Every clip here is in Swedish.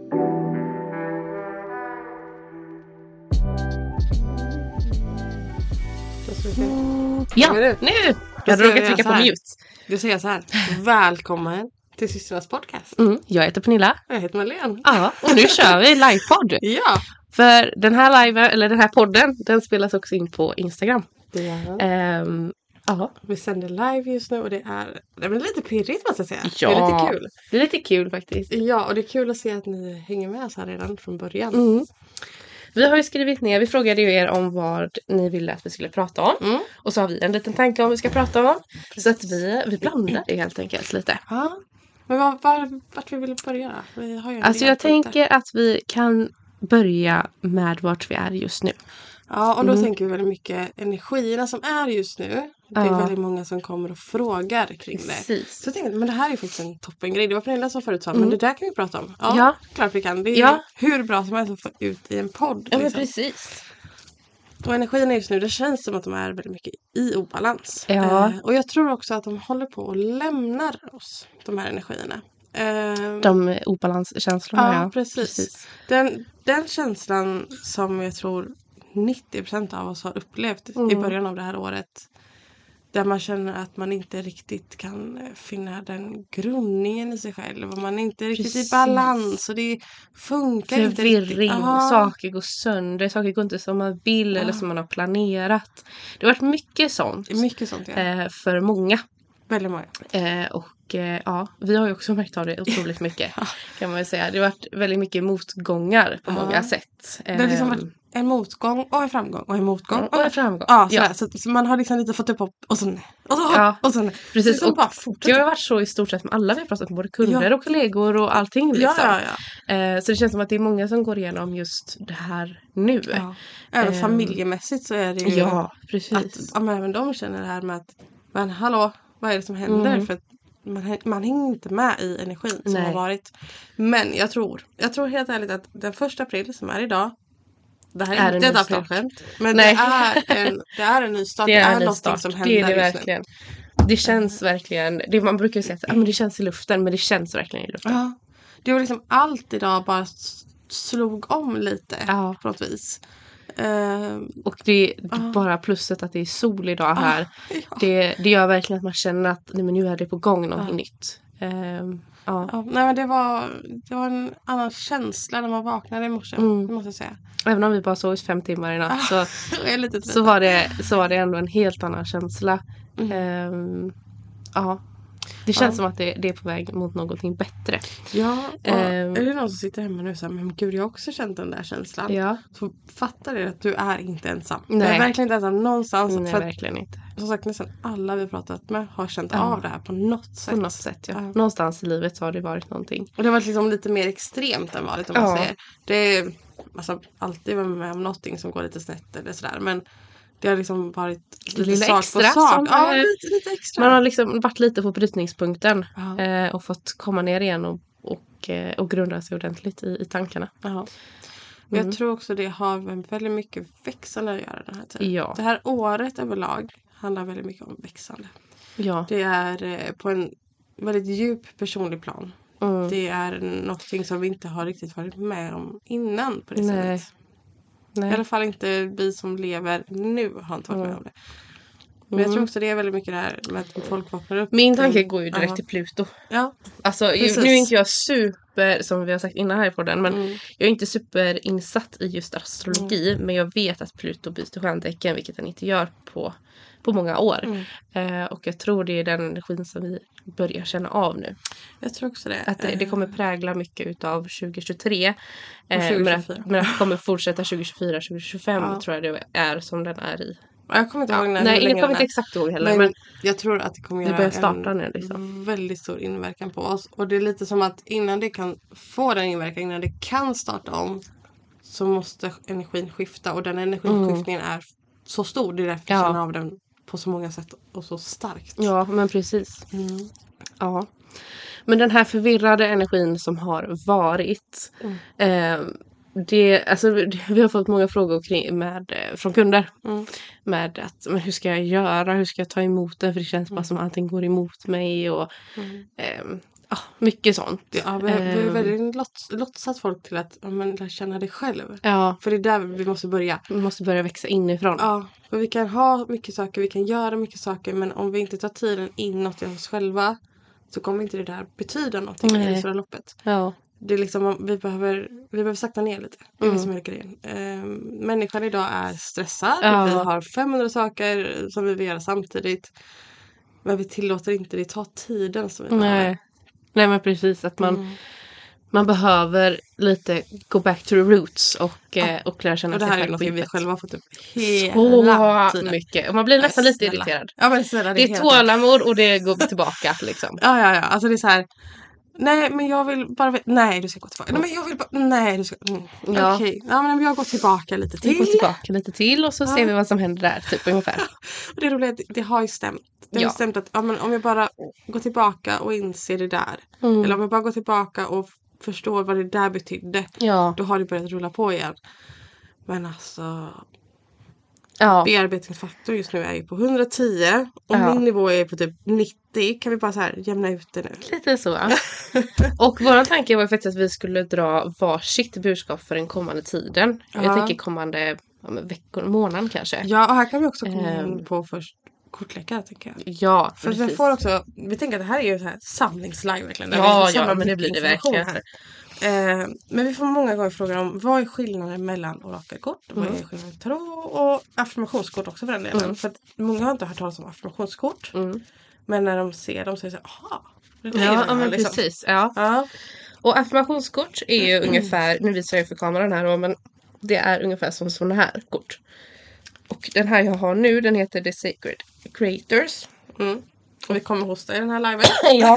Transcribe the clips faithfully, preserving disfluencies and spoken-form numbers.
Mm, Ja, nu! nu! Jag hade råkat trycka på mute. Du säger så här. Välkommen till Systrarnas podcast. Mm, jag heter Pernilla. Jag heter Marlene. Ja, och nu kör vi livepodd. Ja. För den här live, eller den här podden, den spelas också in på Instagram. Det gör den. Um, ja. Vi sänder live just nu och det är, det är lite pirrigt måste jag säga. Ja, det är lite kul. Det är lite kul faktiskt. Ja, och det är kul att se att ni hänger med oss här redan från början. Mm. Vi har ju skrivit ner, vi frågade ju er om vad ni ville att vi skulle prata om. Mm. Och så har vi en liten tanke om vad vi ska prata om. Precis. Så att vi, vi blandar det helt enkelt lite. Ja. Men var, var, vart vi vill börja? Vi har ju alltså jag tänker att vi kan börja med vart vi är just nu. Ja, och då Mm. tänker vi väldigt mycket energierna som är just nu. Det är Ja. väldigt många som kommer och frågar kring Precis. det. Så jag tänkte, men det här är faktiskt en toppengrej. Det var Pernilla som förut sa, Mm. men det där kan vi prata om. Ja, Ja. klart vi kan. Det är Ja. hur bra som helst att få ut i en podd. Ja men liksom. precis. Och energierna just nu, det känns som att de är väldigt mycket i obalans. Ja. Eh, och jag tror också att de håller på att lämna oss, de här energierna. Eh, De obalanskänslorna. ja, Ja, precis. precis. Den, den känslan som jag tror nittio procent av oss har upplevt Mm. i början av det här året. Där man känner att man inte riktigt kan finna den grundningen i sig själv. Och man är inte riktigt Precis. i balans. Och det funkar inte riktigt. Förvirring, Aha. saker går sönder, saker går inte som man vill eller Ja. som man har planerat. Det har varit mycket sånt Det är mycket sånt, ja. eh, för många. Väldigt många. Eh, och eh, ja, vi har ju också märkt av det otroligt mycket kan man ju säga. Det har varit väldigt mycket motgångar på Ja. många sätt. Det har liksom Eh, varit en motgång och en framgång och en motgång. och en framgång. Ja, sådär. Ja. Så, så man har liksom lite fått upp och, och så och så Ja. och så Precis, så och bara det fortsätter. har varit så i stort sett med alla vi har pratat med, både kunder Ja. och kollegor och allting liksom. Ja, ja, ja. Eh, så det känns som att det är många som går igenom just det här nu. ja. Även Ehm. familjemässigt så är det ju Ja, precis. att ja, men även de känner det här med att men hallå, vad är det som händer? Mm. För att man, man hänger inte med i energin som Nej. har varit. Men jag tror, jag tror helt ärligt att den första april som är idag, det här är, Är en inte ett ny start. aprilskämt, men Nej. det är, en, det är en ny start. Det är en ny någonting start. som händer Det är det just nu. verkligen. Det känns verkligen, det, man brukar ju säga att ja, men det känns i luften, men det känns verkligen i luften. Ja, det var liksom allt idag bara s- slog om lite Ja. på något vis. Ehm, Och det Ja. bara plusset att det är sol idag här. ja. Det, det gör verkligen att man känner att nej, men nu är det på gång någonting Ja. nytt. Ehm, ja. Ja, nej, men det var, det var en annan känsla när man vaknade i morse. Mm. Det måste jag säga. Även om vi bara sov i fem timmar i natt så, Jag är lite trött. så, var det, så var det ändå en helt annan känsla. Mm. Ehm, ja. Det känns Ja. som att det, det är på väg mot någonting bättre. Ja, och Ehm. är det någon som sitter hemma nu och säger, men gud jag har också känt den där känslan. Ja. Så fattar det att du är inte ensam. Du Nej. är verkligen inte ensam någonstans. Nej, för att, verkligen inte. som sagt nästan alla vi pratat med har känt Ja. av det här på något sätt. På något sätt, ja. Ja. Någonstans i livet så har det varit någonting. Och det har varit liksom lite mer extremt än vanligt om man Ja. säger. Det är alltså, alltid varit med om någonting som går lite snett eller sådär. Men det har liksom varit lite Lilla sak extra på sak. som, Ja, eh, lite, lite extra. Man har liksom varit lite på brytningspunkten Ja. eh, och fått komma ner igen och, och, eh, och grunda sig ordentligt i, i tankarna. Jaha. Men Mm. jag tror också det har väldigt mycket växande att göra den här tiden. Ja. Det här året överlag handlar väldigt mycket om växande. Ja. Det är eh, på en väldigt djup personlig plan. Mm. Det är någonting som vi inte har riktigt varit med om innan på det Nej. sättet. Nej. I alla fall inte vi som lever nu har inte varit med Mm. om det. Men jag Mm. tror också det är väldigt mycket det här med att folk vaknar upp. Min till- tanke går ju direkt Ja. till Pluto. Ja. Alltså, ju- Precis. nu är inte jag super, som vi har sagt innan här i podden, men Mm. jag är inte superinsatt i just astrologi, men jag vet att Pluto byter stjärntecken, vilket den inte gör på, på många år. Mm. Eh, och jag tror det är den energin som vi börjar känna av nu. Jag tror också det. Att det, det kommer prägla mycket utav tjugo tjugotre. Eh, men, tjugohundratjugofyra. att, men att det kommer fortsätta tjugo tjugofyra tjugo tjugofem Ja. tror jag det är som den är i. Ja, jag kommer inte ihåg när, Nej, hur jag länge kommer den inte är. exakt ihåg heller. Men, Men, jag tror att det kommer det göra börjar starta en nu liksom. väldigt stor inverkan på oss. Och det är lite som att innan det kan få den inverkan, innan det kan starta om, så måste energin skifta. Och den energiskiftningen är så stor. Det är därför jag Ja. känner av den på så många sätt och så starkt. Ja, men precis. Mm. Ja. Men den här förvirrade energin som har varit. Mm. Eh, det, alltså, vi har fått många frågor kring, med, eh, från kunder. Mm. Med att, men hur ska jag göra? Hur ska jag ta emot den? För det känns bara Mm. som att allting går emot mig. Och, Mm. ehm, Ja, mycket sånt. Ja, vi, vi har Ehm. väldigt låts, låtsat folk till att ja, men, lära känna dig själv. Ja, För det är där vi måste börja. vi måste börja växa inifrån. Ja, för vi kan ha mycket saker, vi kan göra mycket saker. Men om vi inte tar tiden inåt i oss själva så kommer inte det där betyda någonting Nej. i det stora loppet. Ja. Det är liksom, vi behöver, vi behöver sakta ner lite. Det är Mm. det som är grejen. Ehm, människan idag är stressad. Ja. Vi har femhundra saker som vi vill göra samtidigt. Men vi tillåter inte det ta tiden som vi behöver. Nej. Nej, men precis. Att man, Mm. man behöver lite go back to the roots och, Ja. eh, och lära känna Och det sig här är själv något på vi djupet. själva har fått upp hela Så tiden. mycket. Och man blir nästan lite Snälla. irriterad. Ja, men snälla, Det är hela tiden. tålamod och det går tillbaka liksom. Ja, ja, ja. Alltså det är så här. Nej, men jag vill bara... Nej, du ska gå tillbaka. Nej, men jag vill bara... Nej, du ska... Mm. Ja. Okej. Ja, men jag går tillbaka lite till. Vi går tillbaka lite till och så Ja. ser vi vad som händer där, typ ungefär. Och det är roligt, det, det har ju stämt. Det har Ja. ju stämt att ja, men om jag bara går tillbaka och inser det där. Mm. Eller om jag bara går tillbaka och förstår vad det där betydde. Ja. Då har det börjat rulla på igen. Men alltså... Ja. Bearbetningsfaktor just nu är ju på hundratio. Och Ja. min nivå är på typ nittio. Kan vi bara så här jämna ut det nu? Lite så. Och våran tanke var ju faktiskt att vi skulle dra varsitt budskap för den kommande tiden. Ja. Jag tänker kommande ja, men veckor, månaden kanske. Ja, och här kan vi också komma Ehm. in på först kortlekar, tänker jag. Ja, För vi precis. får också, vi tänker att det här är ju så här samlingslive verkligen. där Ja, vi samlar ja, men det mycket blir det information verkligen. här. Eh, men vi får många gånger frågor om vad är skillnaden mellan orakelkort, Mm. vad är skillnaden mellan tarot och affirmationskort också för den delen. Mm. För att många har inte hört talas om affirmationskort. Mm. Men när de ser dem så är det så här, aha. Det där är Ja, det ja, här, men liksom. precis. Ja. Ja. Och affirmationskort är ju ungefär, nu visar jag för kameran här då, men det är ungefär som sådana här kort. Och den här jag har nu, den heter The Sacred Creators. Mm. Och vi kommer hosta i den här liven. Ja.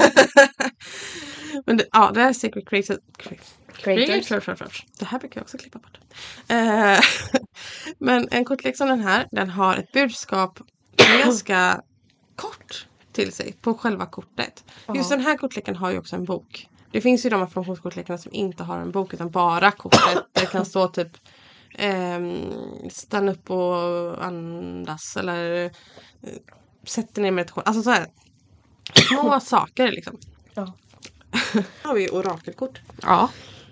Men det, ja, det här är Sacred Creators. Creators. Klart, klart, klart. Det här brukar jag också klippa bort. Eh, men en kortlek som den här, den har ett budskap ganska kort till sig på själva kortet. Just Ja. den här kortleken har ju också en bok. Det finns ju de affirmationskortlekarna som inte har en bok utan bara kortet. Det kan stå typ ehm, stanna upp och andas eller eh, sätt dig ner med ett kort. Alltså så här små saker liksom. Ja. Här har vi orakelkort. Ja.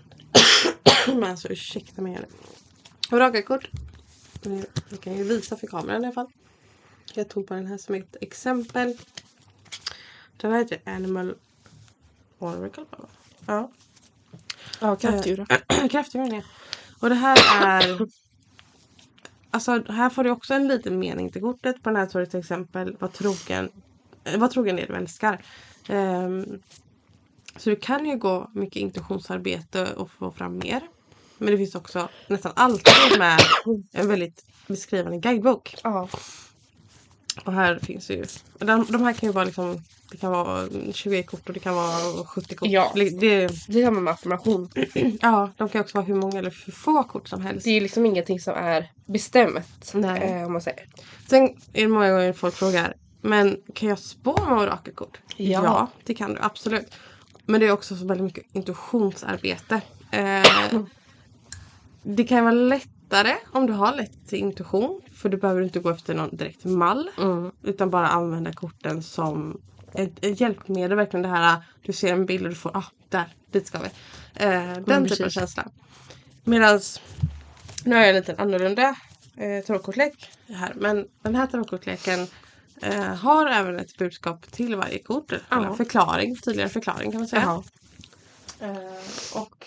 Men alltså ursäkta mig här nu. Orakelkort. Jag kan ju visa för kameran i alla fall. Jag tog bara den här som ett exempel. Den här heter Animal Oracle. Ja. Ja, kraftdjur. Kraftdjuren, ja. Och det här är... Alltså här får du också en liten mening till kortet. På den här står det till exempel vad trogen, vad trogen är du älskar. Um, så du kan ju gå mycket intuitionsarbete och få fram mer. Men det finns också nästan alltid med en väldigt beskrivande guidebok. Ja. Och här finns ju... De, de här kan ju vara liksom... Det kan vara tjugo kort och det kan vara sjuttio kort. Ja. Det, det, Det är samma med affirmation. ja, de kan också vara hur många eller hur få kort som helst. Det är ju liksom ingenting som är bestämt. Nej. Eh, om man säger. Sen är det många gånger folk frågar, men kan jag spå med orakelkort? Ja. Ja, det kan du absolut. Men det är också så väldigt mycket intuitionsarbete. Eh, det kan vara lättare om du har lätt till intuition. För du behöver inte gå efter någon direkt mall. Mm. Utan bara använda korten som ett, ett hjälpmedel. Verkligen det här, du ser en bild och du får, ah, där, dit ska vi. Eh, den Mm, typen av precis. känsla. Medan, nu har jag en liten annorlunda eh, tarotkortlek här. Men den här tarotkortleken eh, har även ett budskap till varje kort. Ja. Eller förklaring, tydligare förklaring kan man säga. Jaha. Eh, och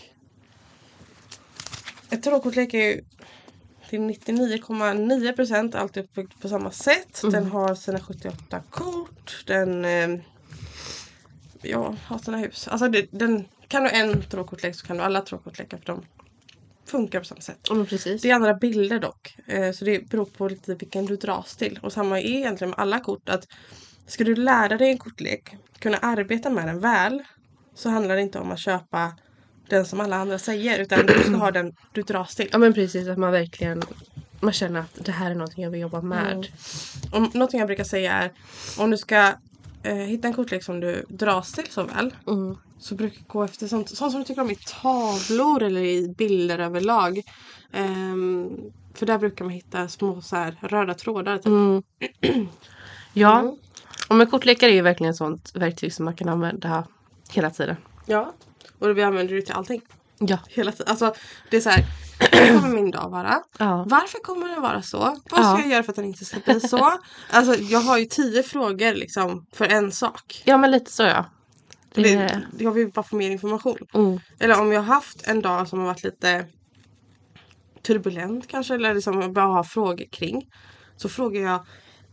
ett tarotkortlek är ju till nittionio komma nio procent alltid uppbyggt på samma sätt. Mm. Den har sina sjuttioåtta kort. Den eh, ja, har sina hus. Alltså det, den, kan du en tarotkortlek så kan du alla tarotkortlekar för de funkar på samma sätt. Ja, men precis. Det är andra bilder dock. Eh, så det beror på lite vilken du dras till. Och samma är egentligen med alla kort. Att ska du lära dig en kortlek, kunna arbeta med den väl, så handlar det inte om att köpa den som alla andra säger. Utan du ska ha den du dras till. Ja, men precis. Att man verkligen man känner att det här är någonting jag vill jobba med. Mm. Om, någonting jag brukar säga är, om du ska eh, hitta en kortlek som du dras till så väl, Mm. så brukar jag gå efter sånt, sånt som du tycker om i tavlor eller i bilder överlag. Ehm, för där brukar man hitta små så här, röda trådar. Typ. Mm. Ja. Mm. Och med kortlekar är ju verkligen ett sånt verktyg som man kan använda hela tiden. Ja. Och vi använder det till allting. Ja. Hela tiden. Alltså det är så här. Hur kommer min dag vara? Ja. Varför kommer den vara så? Vad ska Ja. jag göra för att den inte ska bli så? Alltså jag har ju tio frågor liksom för en sak. Ja, men lite så ja. Det... Det, jag vill bara få mer information. Mm. Eller om jag har haft en dag som har varit lite turbulent kanske. Eller liksom jag bara har frågor kring. Så frågar jag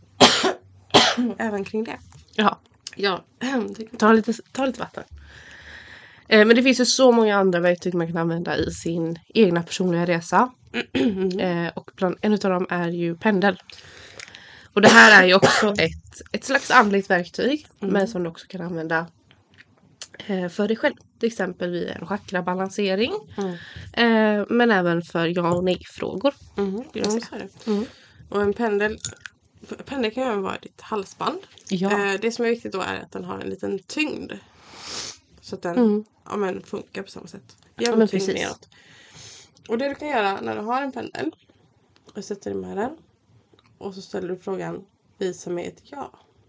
även kring det. Ja. Ja. Ta lite, ta lite vatten. Eh, men det finns ju så många andra verktyg man kan använda i sin egna personliga resa. eh, och bland, en av dem är ju pendel. Och det här är ju också ett, ett slags andligt verktyg. Mm. Men som du också kan använda eh, för dig själv. Till exempel vid en chakrabalansering. Mm. Eh, men även för ja och nej-frågor. Mm. Mm, så är det. Mm. Och en pendel, pendel kan ju även vara ditt halsband. Ja. Eh, det som är viktigt då är att den har en liten tyngd. Så att den Mm. ja, men funkar på samma sätt. Ja, men tyngd precis. neråt. Och det du kan göra när du har en pendel. Och sätter dig med den. Och så ställer du frågan. Visa mig ett ja.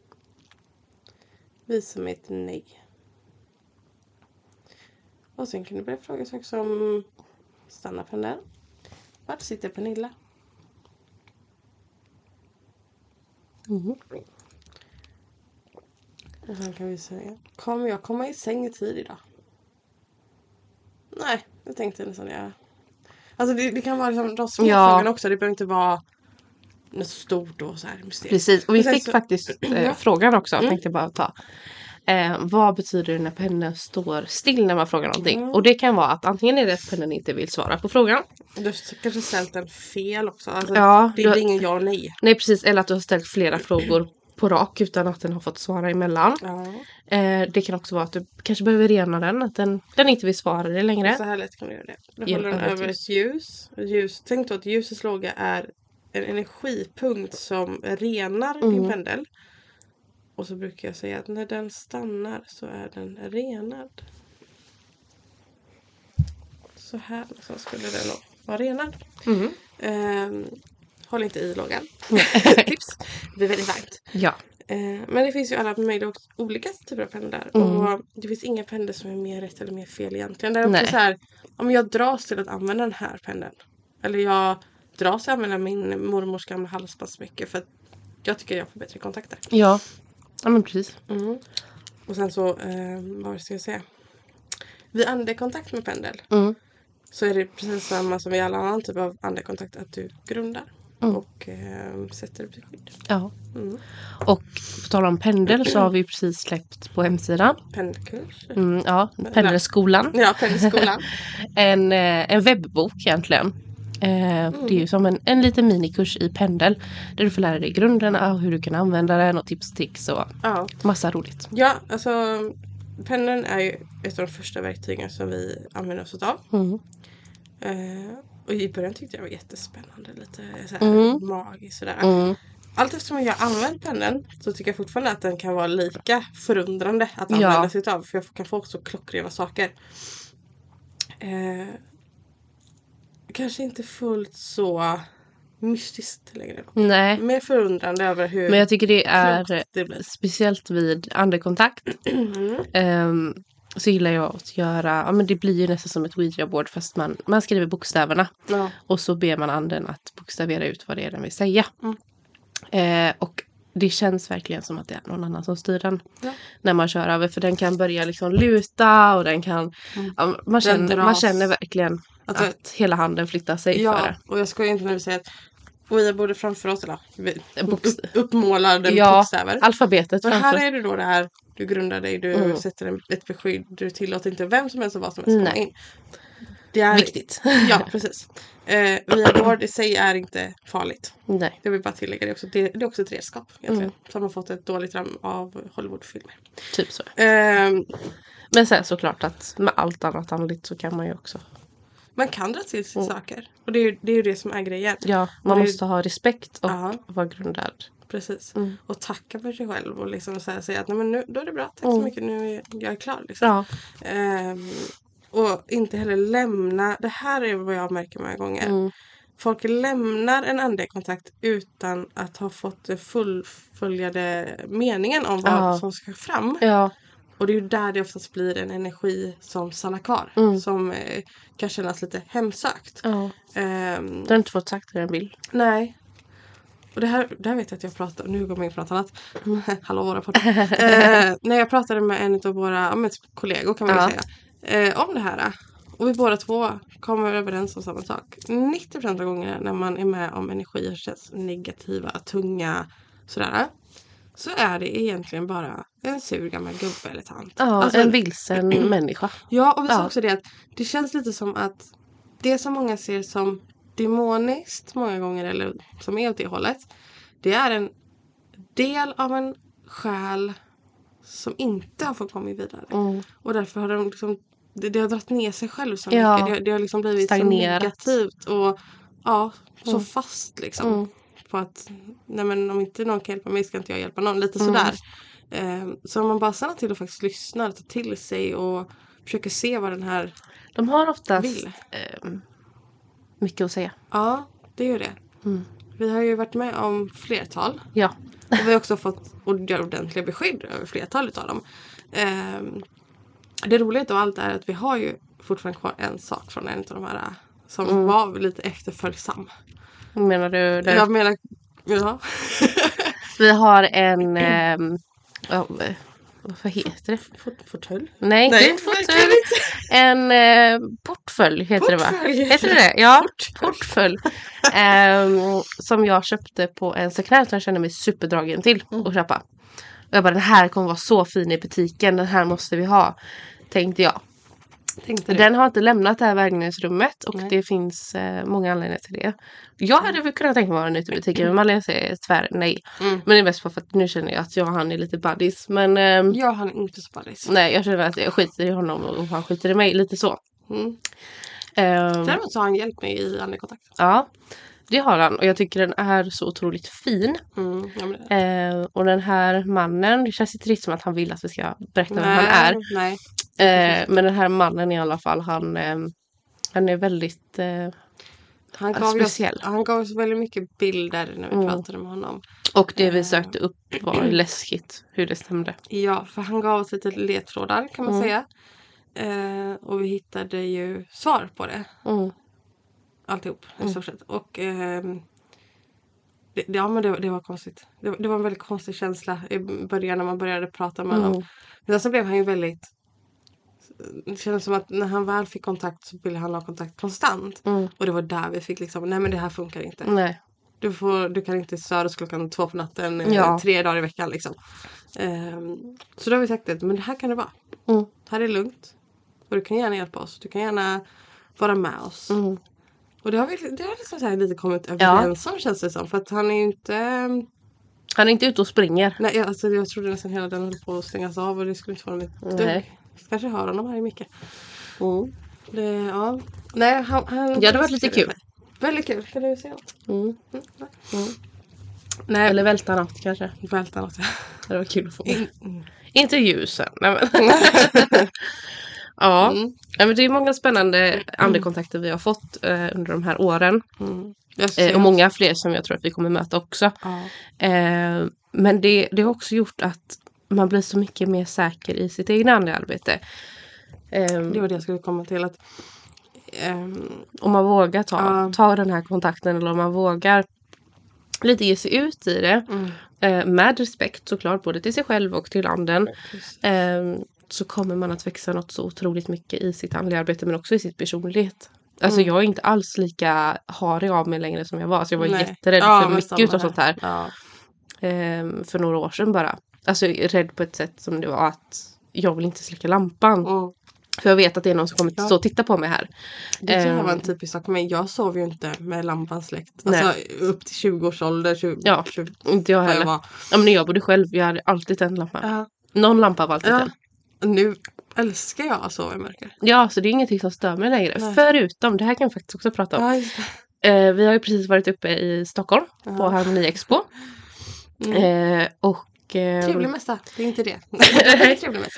Visa mig ett nej. Och sen kan du börja fråga saker som. Stanna pendeln. Vart sitter Pernilla? Mm. Och sen kan vi säga. Kommer jag komma i säng i tid idag? Nej, det tänkte jag nästan göra. Alltså det, det kan vara liksom de små Ja. frågorna också. Det behöver inte vara något stort och så här mysteriet. Precis, och vi Och sen fick så- faktiskt eh, Ja. frågan också, Mm. tänkte jag bara ta. Eh, vad betyder det när pendeln står still när man frågar någonting? Mm. Och det kan vara att antingen är det att pendeln inte vill svara på frågan. Du har kanske ställt den fel också. Alltså, Ja, det du- är ingen ja och nej. Nej precis, eller att du har ställt flera frågor på rak utan att den har fått svara emellan. Ja. Eh, det kan också vara att du kanske behöver rena den, att den, den inte vill svara dig längre. Så här lätt kan du göra det. Du Ja, håller den över ett över ett ljus. Ett ljus. Tänk då att ljusets låga är en energipunkt som renar din Mm. pendel. Och så brukar jag säga att när den stannar så är den renad. Så här så skulle den nog vara renad. Mm. Ehm, håll inte i lågan. Tips. Det blir väldigt varmt. Ja. Eh, men det finns ju alla möjliga och olika typer av pendlar. Mm. Och det finns inga pendlar som är mer rätt eller mer fel egentligen. Det är också Nej. så här. Om jag dras till att använda den här pendeln. Eller jag dras till att använda min mormors gamla halsband så mycket. För att jag tycker jag får bättre kontakter. Ja. Ja men precis. Mm. Och sen så, eh, vad ska jag säga? Vid andekontakt med pendel. Mm. Så är det precis samma som i alla annan typ av andekontakt. Att du grundar. Mm. Och eh, sätter upp ditt skydd. Ja. Mm. Och på tal om pendel så har vi precis släppt på hemsidan. Pendelkurs. Mm, ja, Pendelskolan. Ja, pendelskolan. En, eh, en webbok egentligen. Eh, Det är ju som en, en liten minikurs i pendel. Där du får lära dig grunderna och hur du kan använda den och tips och tricks och Ja. massa roligt. Ja, alltså pendeln är ju ett av de första verktygen som vi använder oss av. Mm. Eh, och i början tyckte jag det var jättespännande, lite så här Mm. magiskt sådär. Mm. Allt eftersom jag använt pendeln så tycker jag fortfarande att den kan vara lika förundrande att Ja. använda sig av. För jag kan få så klockrena saker. Eh, kanske inte fullt så mystiskt längre. Då. Nej, Mer förundrande över hur men jag tycker det är klokt det blir. speciellt vid andekontakt. Mm. Ehm, så gillar jag att göra, ja men det blir ju nästan som ett Ouija-board fast man, man skriver bokstäverna. Ja. Och så ber man anden att bokstavera ut vad det är den vill säga. Mm. Eh, och det känns verkligen som att det är någon annan som styr den. Ja. När man kör över. För den kan börja liksom luta och den kan... Mm. Ja, man, känner, man dras. känner verkligen Alltså, att hela handen flyttar sig för ja, det. och jag ska ju inte när vi säger att Ouija borde framför oss, eller vi Boks- upp, uppmålade Ja, bokstäver. alfabetet Men framför. här är det då det här, du grundar dig, du Mm. sätter en, ett beskydd, du tillåter inte vem som helst och vad som helst komma Nej. in. Det är Viktigt. Ja, precis. Eh, Ouija-board i sig är inte farligt. Nej. Jag vill bara tillägga det också. Det, det är också ett redskap egentligen. Mm. Som har fått ett dåligt ram av Hollywoodfilmer. Typ så. Eh, Men sen såklart att med allt annat andligt så kan man ju också. man kan dra till sig Mm. saker. Och det är, ju- det är ju det som är grejen. Ja, man det- måste ha respekt och Ja. vara grundad. Precis. Mm. Och tacka för sig själv och liksom så här säga att nej, men nu, då är det bra, tack så Mm. mycket, nu är jag är klar. Liksom. Ja. Ehm, och inte heller lämna, det här är vad jag märker många gånger. Mm. Folk lämnar en andekontakt utan att ha fått det fullföljade meningen om vad Ja. som ska fram. Ja. Och det är ju där det oftast blir en energi som stannar kvar. Mm. Som eh, kan kännas lite hemsökt. Ja. Ehm, Du har inte fått sagt det den vill. nej. Och det här, det här vet jag att jag pratade, nu går jag in på något annat. Hallå våra poddar. eh, när jag pratade med en av våra ja, kollegor kan man Ja. ju säga. Eh, om det här. Och vi båda två kommer överens om samma sak. nittio procent av gångerna när man är med om energier som känns negativa, tunga, sådär. Så är det egentligen bara en sur gammal gubbe eller tant. Ja, Alltså, en vilsen människa. ja, och vi sa Ja. också det att det känns lite som att det som många ser som demoniskt många gånger eller som är åt det hållet. Det är en del av en själ som inte har fått komma vidare. Mm. Och därför har de liksom, det, det har dragit ner sig själv så Ja. mycket. Det, det har liksom blivit Stagnerat. så negativt och ja, så Mm. fast liksom. Mm. På att, nej men om inte någon kan hjälpa mig ska inte jag hjälpa någon. Lite Mm. sådär. Eh, så om man bara stannar till och faktiskt lyssnar, tar till sig och försöker se vad den här De har oftast vill. eh, mycket att säga. Ja, det gör det. Mm. Vi har ju varit med om flertal. Ja. Och vi har också fått ordentliga besked över flertal utav dem. Eh, det roliga av allt är att vi har ju fortfarande kvar en sak från en av de här som Mm. var lite efterföljsam. Menar du det? Jag menar, ja. Vi har en... ehm, ja, vad heter det? Fort, fåtölj? Nej, Nej, det är inte verkligen fåtölj. En eh, portfölj heter det va? Portfölj. Heter det det? Ja, Portfölj. portfölj. Ehm, som jag köpte på en second hand som jag kände mig superdragen till Mm. att köpa. Och jag bara, den här kommer vara så fin i butiken. Den här måste vi ha. Tänkte jag. Tänkte du? Den har inte lämnat det här vägningsrummet och Nej. det finns eh, många anledningar till det. Jag hade väl kunnat tänka mig att vara ute i butiken men Malin säger tvär nej. Mm. Men det är mest för att nu känner jag att jag och han är lite buddies. Men ehm, Jag har inte så buddies. nej, jag känner att jag skiter i honom och han skiter i mig. Lite så. Mm. Ehm, Däremot så har han hjälpt mig i andekontakt. ja, det har han. Och jag tycker den är så otroligt fin. Mm. Ja, men det- Ehm, och den här mannen, det känns inte riktigt som att han vill att vi ska berätta vem han är. Nej. Ehm, men den här mannen i alla fall, han, ehm, han är väldigt... eh, Han Ja, gav, oss, speciell. han gav oss väldigt mycket bilder när vi Mm. pratade med honom. Och det vi sökte upp var läskigt hur det stämde. Ja, för han gav oss lite ledtrådar kan man Mm. säga. Eh, och vi hittade ju svar på det. Mm. Alltihop i Mm. stort sett. Och ehm, det, det- ja, men det, det var konstigt. Det, det var en väldigt konstig känsla i början när man började prata med honom. Mm. Men så blev han ju väldigt... Det kändes som att när han väl fick kontakt så ville han ha kontakt konstant. Mm. Och det var där vi fick liksom, nej men det här funkar inte. Nej. Du, får, du kan inte störa oss klockan två på natten eh, Ja. tre dagar i veckan liksom. Ehm, så då har vi sagt det, men det här kan det vara. Mm. Här är lugnt. Och du kan gärna hjälpa oss. Du kan gärna vara med oss. Mm. Och det har vi det har liksom så här lite kommit överens om känns det som. För att han är ju inte... Han är inte ute och springer. Nej, alltså jag trodde nästan hela den höll på att stängas av. Och det skulle inte vara med ett Nej. dugg. Kanske hör honom här mycket. Mm. Det, ja. Nej, han... han Ja, det har varit lite kul. Väldigt kul. Kan du se något? Mm. Mm. Mm. Nej, Eller välta något kanske. välta något. Det var kul att få med. Mm. Inte ljusen. Nej, men. Ja. Mm. Ja, men det är många spännande andekontakter vi har fått eh, under de här åren. Mm. Jag ser Eh, och många fler som jag tror att vi kommer möta också. Ja. Eh, men det, det har också gjort att man blir så mycket mer säker i sitt egna andearbete. Eh, Det var det jag skulle komma till. Att, ehm, om man vågar ta, Ja. ta den här kontakten eller om man vågar lite ge sig ut i det. mm. Eh, med respekt såklart både till sig själv och till anden. Precis. Eh, så kommer man att växa något så otroligt mycket i sitt andliga arbete men också i sitt personlighet. Alltså Mm. jag är inte alls lika harig av mig längre som jag var. Så jag var Nej. jätterädd Ja, för men mycket samma utav sånt här. Ja. Eh, för några år sedan bara. Alltså jag är rädd på ett sätt som det var att jag vill inte släcka lampan. Mm. För jag vet att det är någon som kommer Ja. stå och titta på mig här. Det tror jag Ehm. var en typisk sak. Men jag sov ju inte med lampan släckt. Nej. Alltså upp till tjugo års ålder. tjugo, Ja, tjugo, Inte jag vad jag heller. var. Ja, men när jag bodde själv, jag hade alltid en lampa. Ja. Någon lampa var alltid Ja. tänd. Nu älskar jag att sova i mörker. Ja, så det är ingenting som stör mig längre. Nej. Förutom, det här kan vi faktiskt också prata om. Ja, just det. Eh, vi har ju precis varit uppe i Stockholm på Ja. Harmoni Expo. Mm. Eh, och... Eh, Trevlig mässa. Det är inte det. Det är trevlig mässa.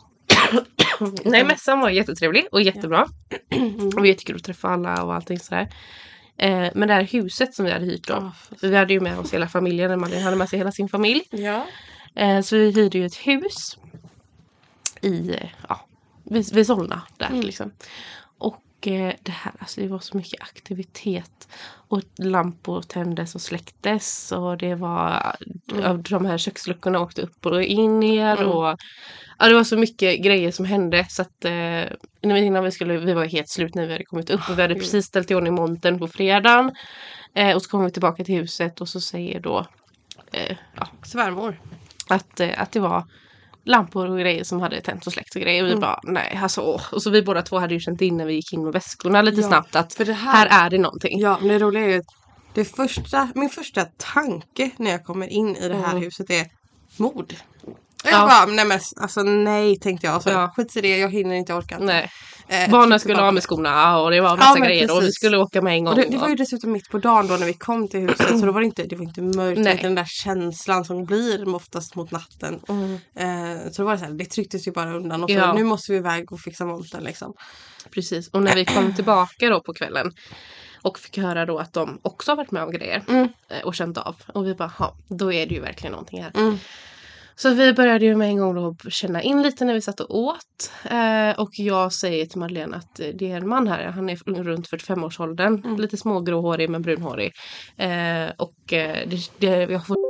nej, mässan var jättetrevlig och jättebra. Mm. Och vi jättekul att träffa alla och allting sådär. Eh, men det här huset som vi hade hyrt då. Ja, För vi hade ju med oss hela familjen. Malin hade med sig hela sin familj. Ja. Eh, så vi hyrde ju ett hus. i, ja, vid, vid Solna där Mm. liksom. Och eh, det här, alltså det var så mycket aktivitet. Och lampor tändes och släcktes. Och det var, Mm. de här köksluckorna åkte upp och in igen. Mm. Och ja, det var så mycket grejer som hände. Så att eh, innan vi skulle, vi var helt slut när vi hade kommit upp. Och vi hade precis ställt i ordning montern på fredagen. Eh, och så kom vi tillbaka till huset och så säger då eh, ja, Svärmor. att, eh, att det var lampor och grejer som hade tänt och släckt och grejer. Och vi Mm. bara, nej, alltså. åh. Och så vi båda två hade ju känt in när vi gick in med väskorna lite Ja, snabbt att för det här, här- är det någonting. Ja, men det roliga är ju att det första, min första tanke när jag kommer in i det här Mm. huset är mord. Och Ja. jag bara, nej men alltså nej tänkte jag. Alltså, Ja. skit i det, jag hinner inte, jag orkar inte. Nej. Eh, Barnen tryckte skulle bara ha på med det. skorna och det var massa Ja, men grejer och vi precis. skulle åka med en gång. Och det, det var ju dessutom mitt på dagen då när vi kom till huset så då var det inte, det var inte mörkt, Nej. inte den där känslan som blir oftast mot natten. Mm, Eh, så då var det så här, det trycktes ju bara undan och så Ja. nu måste vi iväg och fixa montern liksom. precis. Och när vi kom tillbaka då på kvällen och fick höra då att de också har varit med om grejer Mm. eh, och känt av. Och vi bara, ja, då är det ju verkligen någonting här. Mm. Så vi började ju med en gång då känna in lite när vi satt och åt. Eh, och jag säger till Madeleine att eh, det är en man här. Han är runt fyrtiofem-årsåldern. Mm. Lite smågråhårig men brunhårig. Eh, och eh, det, det, jag får...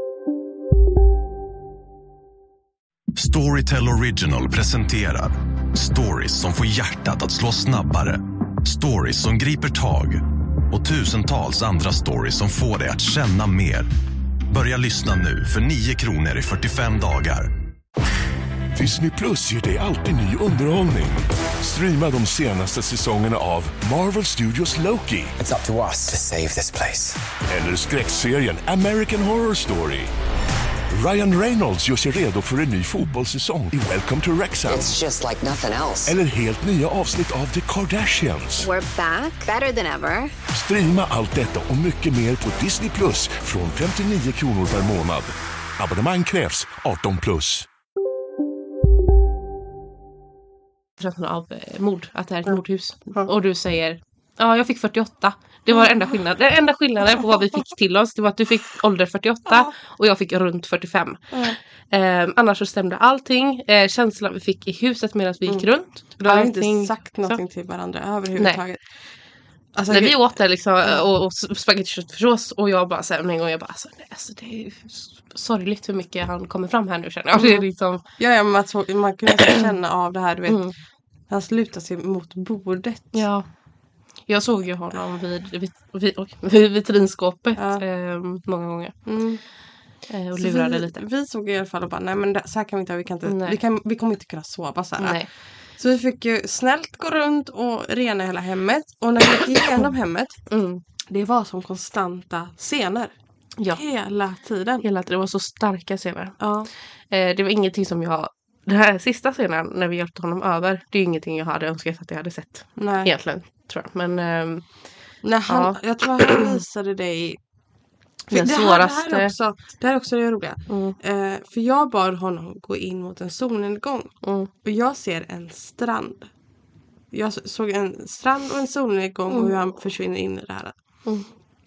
Storytel Original presenterar stories som får hjärtat att slå snabbare. Stories som griper tag och tusentals andra stories som får dig att känna mer. Börja lyssna nu för nio kronor i fyrtiofem dagar. Disney Plus ger dig alltid ny underhållning. Streama de senaste säsongerna av Marvel Studios Loki It's up to us to save this place. eller skräckserien American Horror Story. Ryan Reynolds gör sig redo för en ny fotbollssäsong i Welcome to Wrexham. It's just like nothing else. Eller helt nya avsnitt av The Kardashians. We're back, better than ever. Streama allt detta och mycket mer på Disney Plus från femtionio kronor per månad. Abonnemang krävs arton plus. känslan av eh, mord, att det är ett Ja. mordhus. Ja. Och du säger, ja jag fick fyrtioåtta. Det var enda skillnaden. Den enda skillnaden på vad vi fick till oss, det var att du fick ålder fyrtioåtta Ja. och jag fick runt fyrtiofem. Ja. Eh, annars så stämde allting. Eh, känslan vi fick i huset medan vi gick Mm. runt. Då har vi allting- inte sagt någonting till varandra överhuvudtaget. Alltså, När jag- vi åt det liksom och, och spagetti köttfärssås och jag bara så här, en gång jag bara alltså, nej, alltså det är ju sorgligt hur mycket han kommer fram här nu känner jag. Det är Mm. liksom, Ja, ja, men man, så, man kunde nästan känna av det här, du vet. mm, Han slutar sig mot bordet. ja. Jag såg ju honom vid, vid, vid, oj, vid vitrinskåpet Ja. eh, många gånger Mm. eh, och Så lurade vi, lite. Vi såg i alla fall och bara, nej men det, så här kan vi inte, vi kan inte, Nej. vi, kan, vi kommer inte kunna sova så här. Nej. Så vi fick ju snällt gå runt och rena hela hemmet. Och när vi gick igenom hemmet, Mm. det var som konstanta scener. Ja, Hela tiden. hela tiden. Det var så starka scener. Ja. Eh, det var ingenting som jag... Den här sista scenen när vi hjälpte honom över, det är ju ingenting jag hade önskat att jag hade sett. Nej. Egentligen, tror jag. Men ehm, När han, Ja. Jag tror han visade dig. För Den det, här, det, här svåraste- är också, det här är också det roliga. mm, Eh, för jag bad honom gå in mot en solnedgång. mm, Och jag ser en strand. Jag s- såg en strand och en solnedgång och hur han försvinner in i det här. mm.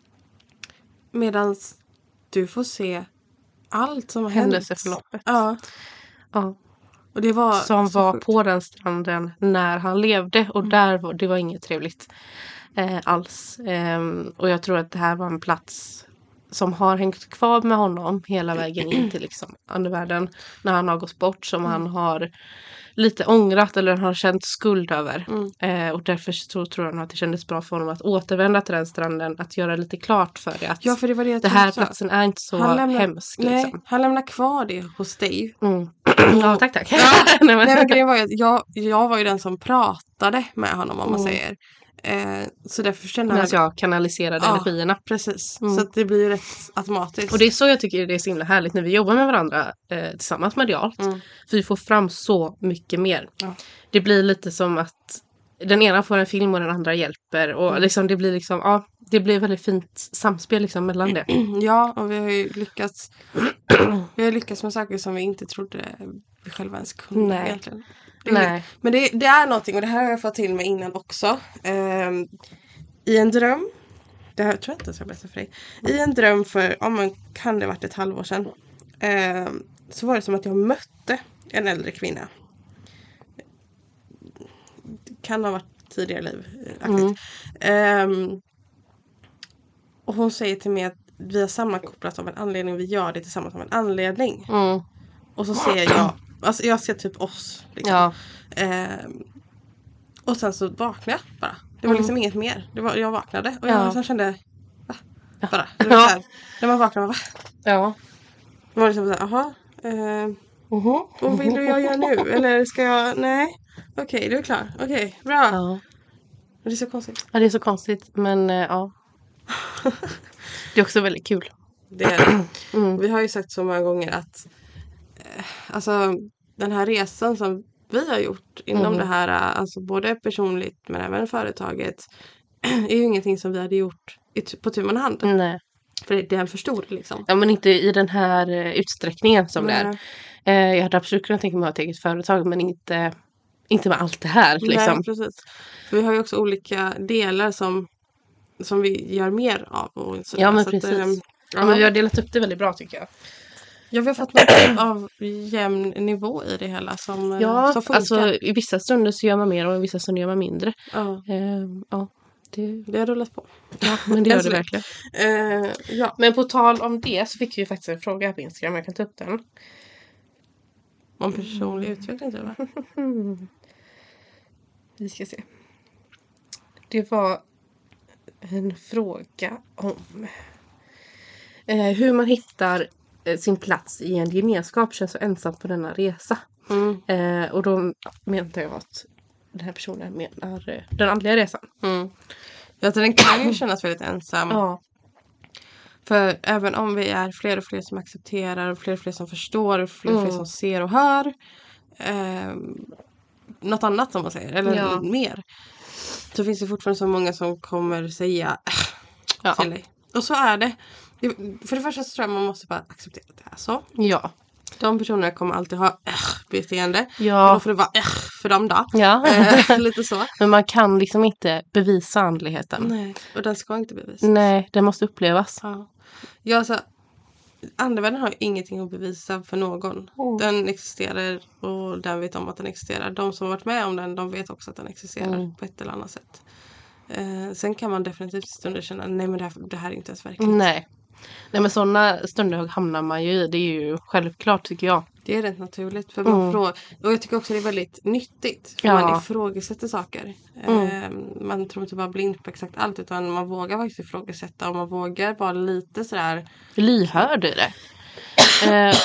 Medan du får se allt som har hänt. Händelseförloppet. Ja. Ja. Och det var Som så var sjukt. på den stranden när han levde. Och där var, det var inget trevligt eh, alls. Ehm, och jag tror att det här var en plats som har hängt kvar med honom hela vägen in till liksom andevärlden. När han har gått bort, som han har lite ångrat eller har känt skuld över. Mm. Eh, och därför så tror jag nog att det kändes bra för honom att återvända till den stranden. Att göra lite klart för det. Att Ja, för det var det jag det här tänkte. platsen är inte så Han lämnar- hemsk. Nej, Liksom. han lämnar kvar det hos dig. Mm. Ja, tack tack. Ja. Nej, men- Nej, men grejen var ju att jag, jag var ju den som pratade med honom om man Mm. säger. Eh, så därför kände Medan han... jag kanaliserade Ja. energierna. Precis. Mm. Så att det blir ju rätt automatiskt. Och det är så jag tycker det är så himla härligt när vi jobbar med varandra eh, tillsammans medialt. Mm. För vi får fram så mycket mer. Ja. Det blir lite som att den ena får en film och den andra hjälper. Och Mm. liksom det blir liksom, ja, det blir väldigt fint samspel liksom mellan det. Ja, och vi har ju lyckats vi har lyckats med saker som vi inte trodde vi själva ens kunde Nej. egentligen. Det är Nej. Men det, det är någonting, och det här har jag fått till mig innan också. Ehm, I en dröm, det här tror jag inte att jag berättade för dig. I en dröm för, ja men kan det ha varit ett halvår sedan. ehm, så var det som att jag mötte en äldre kvinna. kan ha varit tidigare liv. Mm. Um, och hon säger till mig att vi har sammankopplat av en anledning. Vi gör det tillsammans av en anledning. Mm. Och så ser jag, alltså jag ser typ oss. Liksom. Ja. Um, och sen så vaknade jag bara. Det var liksom mm. inget mer. Det var, jag vaknade och jag ja. sen kände, va? Bara. Det var så här, när man vaknade, va? Ja. Det var liksom såhär, jaha. Uh, uh-huh. Vad vill du jag göra nu? Eller ska jag, nej. Okej, okay, du är klar. Okej, okay, bra. Ja. Det är så konstigt. Ja, det är så konstigt. Men uh, ja. Det är också väldigt kul. Det är det. Mm. Vi har ju sagt så många gånger att eh, alltså den här resan som vi har gjort inom mm. det här, alltså både personligt men även företaget, är ju ingenting som vi hade gjort i, på tu man hand. Nej. För det är för stor liksom. Ja, men inte i den här utsträckningen som Nej. det är. Eh, jag hade absolut kunnat tänka mig att ha ett eget företag, men inte, inte med allt det här. Liksom. Nej, precis. För vi har ju också olika delar som, som vi gör mer av. Och så ja, men så precis. Att, ja. Ja, men vi har delat upp det väldigt bra tycker jag. Ja, vi har fått något av jämn nivå i det hela som, ja, som funkar. Alltså i vissa stunder så gör man mer och i vissa stunder gör man mindre. Ja. Eh, ja. Det, det har rullat på. Ja, men det gör det verkligen. Uh, ja. Men på tal om det så fick vi faktiskt en fråga här på Instagram. Jag kan ta upp den. Om personlig utveckling, tror jag. Vi ska se. Det var en fråga om eh, hur man hittar eh, sin plats i en gemenskap, känns så ensam på denna resa. Mm. Eh, och då menar jag att den här personen menar eh, den andliga resan. Mm. Ja, den kan ju kännas väldigt ensam. Ja. För även om vi är fler och fler som accepterar och fler och fler som förstår och fler och fler mm. som ser och hör eh, något annat som man säger, eller ja. mer, så finns det fortfarande så många som kommer säga äh, ja. till dig. Och så är det. För det första så tror jag man måste bara acceptera att det är så. Ja. De personerna kommer alltid ha äh, beteende. Ja. Och då får det vara äh, för dem då. Ja. Äh, lite så. Men man kan liksom inte bevisa andligheten. Nej, och den ska inte bevisas. Nej, den måste upplevas. Ja, ja alltså, andevärlden har ingenting att bevisa för någon. Mm. Den existerar och den vet om att den existerar. De som har varit med om den, de vet också att den existerar mm. på ett eller annat sätt. Eh, sen kan man definitivt stunder känna, nej men det här, det här är inte ens verkligt. Nej. Nej, men sådana stunder hamnar man ju i. Det är ju självklart tycker jag. Det är rätt naturligt. För man mm. frå- och jag tycker också det är väldigt nyttigt. För ja. man ifrågasätter saker. Mm. Eh, man tror inte bara blint på exakt allt. Utan man vågar faktiskt ifrågasätta. Och man vågar vara lite sådär lyhörd i det. eh,